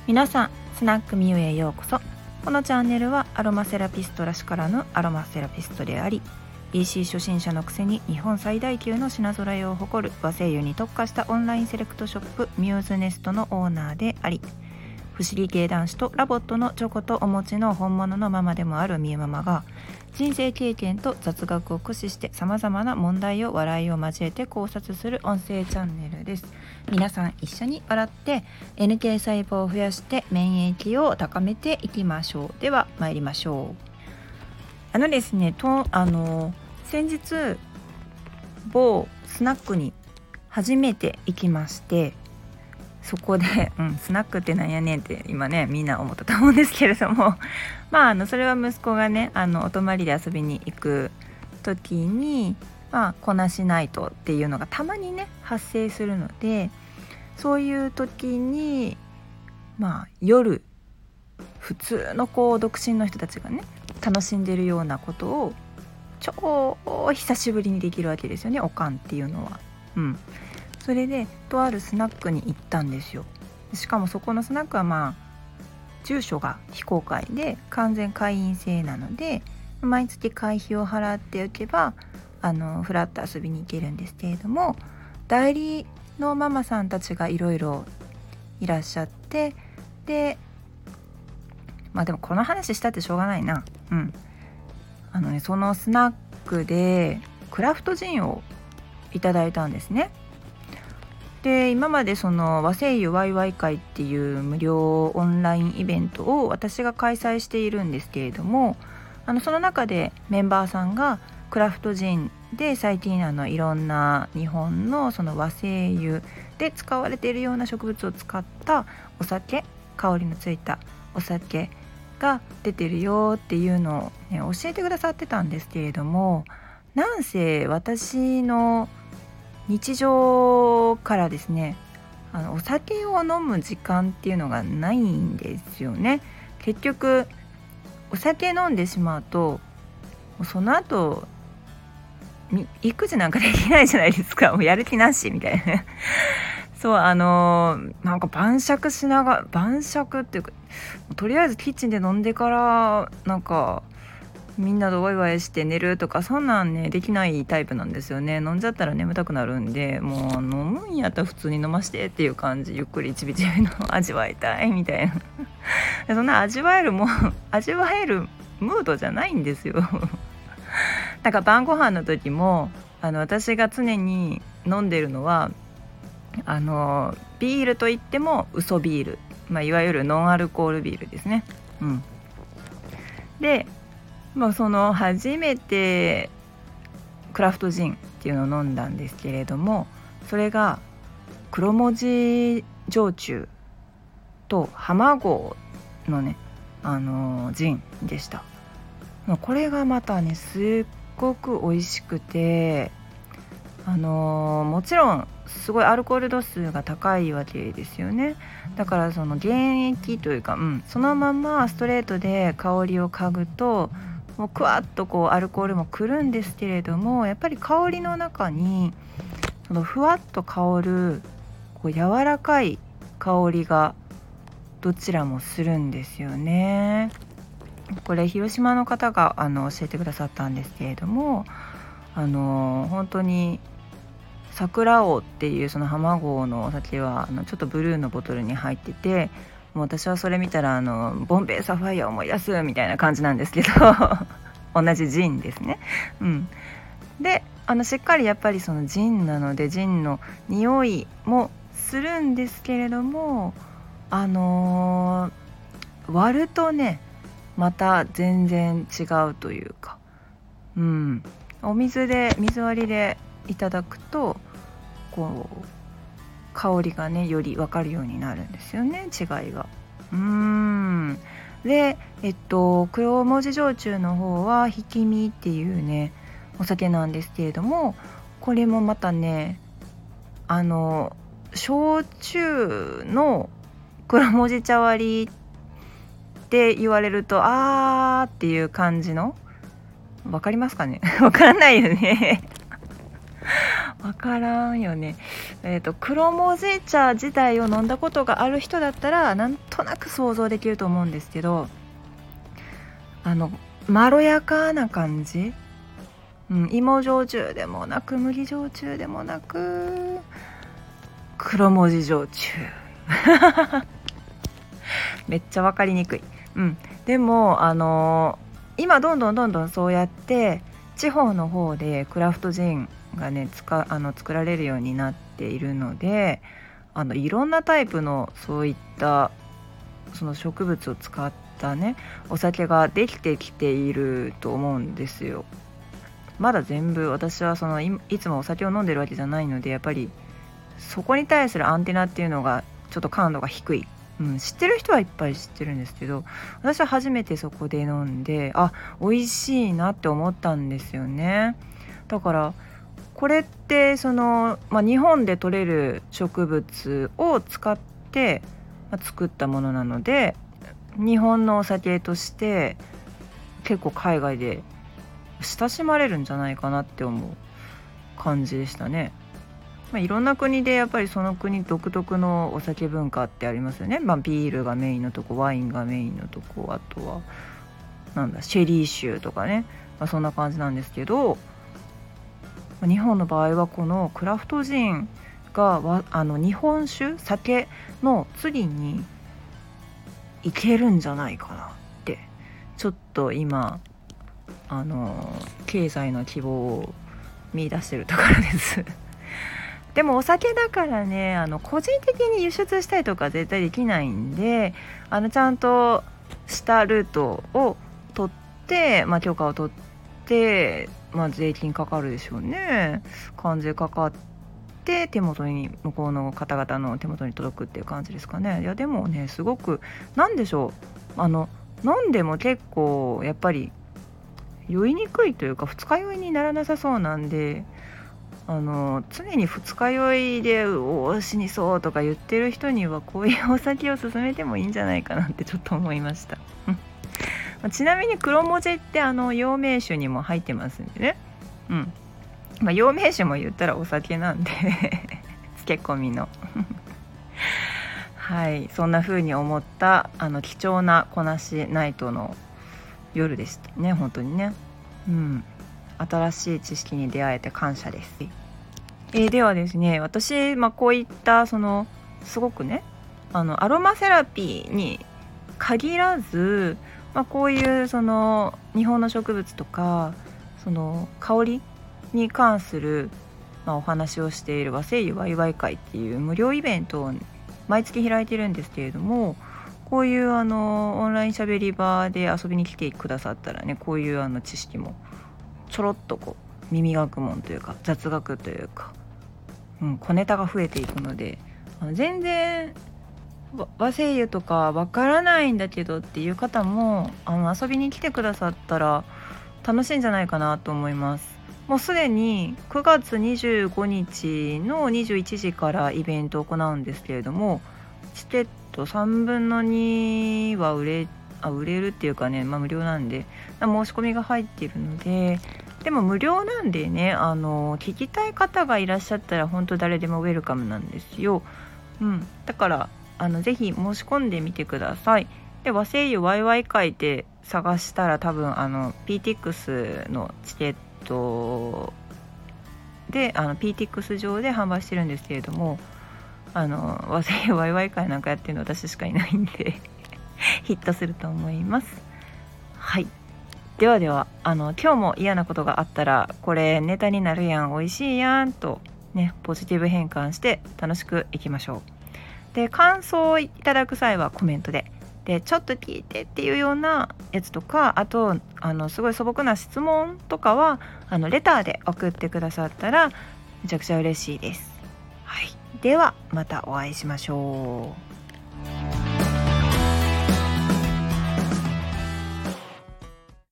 皆さん、スナックミュへようこそ。このチャンネルはアロマセラピストらしからぬアロマセラピストであり、 EC 初心者のくせに日本最大級の品揃えを誇る和製油に特化したオンラインセレクトショップミューズネストのオーナーであり、不思議系男子とラボットのチョコとお餅の本物のママでもあるみゆママが、人生経験と雑学を駆使してさまざまな問題を笑いを交えて考察する音声チャンネルです。皆さん一緒に笑って NK 細胞を増やして免疫を高めていきましょう。では参りましょう。ですね先日某スナックに初めて行きまして、そこで、スナックってなんやねんって今ねみんな思ったと思うんですけれどもそれは息子がねお泊まりで遊びに行く時に、こなしナイトっていうのがたまにね発生するので、そういう時に夜普通の独身の人たちがね楽しんでるようなことを超久しぶりにできるわけですよね、おかんっていうのは。それでとあるスナックに行ったんですよ。しかもそこのスナックは住所が非公開で完全会員制なので、毎月会費を払っておけばフラッと遊びに行けるんですけれども、代理のママさんたちがいろいろいらっしゃって、ででもこの話したってしょうがないな。そのスナックでクラフトジンをいただいたんですね。で今までその和製油ワイワイ会っていう無料オンラインイベントを私が開催しているんですけれども、その中でメンバーさんがクラフトジンで最近いろんな日本のその和製油で使われているような植物を使ったお酒、香りのついたお酒が出てるよっていうのを、教えてくださってたんですけれども、なんせ私の日常からですねお酒を飲む時間っていうのがないんですよね。結局お酒飲んでしまうとその後育児なんかできないじゃないですか。もうやる気なしみたいなそうなんか晩酌っていうか、とりあえずキッチンで飲んでからなんかみんなでワイワイして寝るとか、そんなんねできないタイプなんですよね。飲んじゃったら眠たくなるんで、もう飲むんやったら普通に飲ましてっていう感じ、ゆっくりちびちびの味わいたいみたいなそんな味わえるムードじゃないんですよだから晩ご飯の時も私が常に飲んでるのはビールといっても嘘ビール、いわゆるノンアルコールビールですね。でその初めてクラフトジンっていうのを飲んだんですけれども、それが黒文字焼酎と浜郷のねジンでした。これがまたねすっごく美味しくて、もちろんすごいアルコール度数が高いわけですよね。だからその原液というか、そのままストレートで香りを嗅ぐともうクワッとアルコールもくるんですけれども、やっぱり香りの中にそのふわっと香る柔らかい香りがどちらもするんですよね。これ広島の方が教えてくださったんですけれども、本当に桜王っていうその浜郷のお酒はちょっとブルーのボトルに入ってて、もう私はそれ見たらボンベイサファイアを思い出すみたいな感じなんですけど同じジンですね。でしっかりやっぱりそのジンなのでジンの匂いもするんですけれども、割るとねまた全然違うというか、水割りでいただくと香りがねより分かるようになるんですよね、違いが。で黒文字焼酎の方はひきみっていうねお酒なんですけれども、これもまたね焼酎の黒文字茶割りって言われるとあーっていう感じの、わかりますかねわからないよねわからんよね。 黒文字茶自体を飲んだことがある人だったらなんとなく想像できると思うんですけど、まろやかな感じ、芋焼酎でもなく麦焼酎でもなく黒文字焼酎めっちゃ分かりにくい、でも今どんどんそうやって地方の方でクラフトジンがね作られるようになっているので、いろんなタイプのそういったその植物を使ったねお酒ができてきていると思うんですよ。まだ全部私はいつもお酒を飲んでるわけじゃないので、やっぱりそこに対するアンテナっていうのがちょっと感度が低い、知ってる人はいっぱい知ってるんですけど、私は初めてそこで飲んで美味しいなって思ったんですよね。だからこれって日本で採れる植物を使って、作ったものなので日本のお酒として結構海外で親しまれるんじゃないかなって思う感じでしたね。いろんな国でやっぱりその国独特のお酒文化ってありますよね。ビールがメインのとこ、ワインがメインのとこ、あとはシェリー酒とかね、そんな感じなんですけど、日本の場合はこのクラフトジンが日本酒酒の次にいけるんじゃないかなってちょっと今経済の希望を見出してるところですでもお酒だからね個人的に輸出したりとか絶対できないんで、ちゃんとしたルートを取って、許可を取って、税金かかるでしょうね。関税かかって手元に向こうの方々の手元に届くっていう感じですかね。いやでもねすごくなんでしょう、飲んでも結構やっぱり酔いにくいというか二日酔いにならなさそうなんで、常に二日酔いで死にそうとか言ってる人にはこういうお酒を勧めてもいいんじゃないかなってちょっと思いましたちなみに黒文字って陽明酒にも入ってますんでね、陽明酒も言ったらお酒なんで漬け込みのはい、そんな風に思った貴重なこなしナイトの夜でしたね。本当にね、新しい知識に出会えて感謝です。ではですね、私、こういったすごくねアロマセラピーに限らず、こういう日本の植物とか香りに関する、お話をしている和製油ワイワイ会っていう無料イベントを毎月開いてるんですけれども、こういうオンラインしゃべり場で遊びに来てくださったらね、こういう知識もちょろっと耳学問というか雑学というか、小ネタが増えていくので、全然和製油とかわからないんだけどっていう方も遊びに来てくださったら楽しいんじゃないかなと思います。もうすでに9月25日の21時からイベントを行うんですけれども、チケット3分の2は売れるっていうかね、無料なんで申し込みが入っているので、でも無料なんでね、聞きたい方がいらっしゃったら本当誰でもウェルカムなんですよ。だからぜひ申し込んでみてください。で和製油ワイワイ会で探したら多分PTX のチケットでPTX 上で販売してるんですけれども、和製油ワイワイ会なんかやってるの私しかいないんでヒットすると思います。はい、では今日も嫌なことがあったらこれネタになるやん、美味しいやんとね、ポジティブ変換して楽しくいきましょう。で感想をいただく際はコメントでちょっと聞いてっていうようなやつとか、あとすごい素朴な質問とかはレターで送ってくださったらめちゃくちゃ嬉しいです。はい、ではまたお会いしましょう。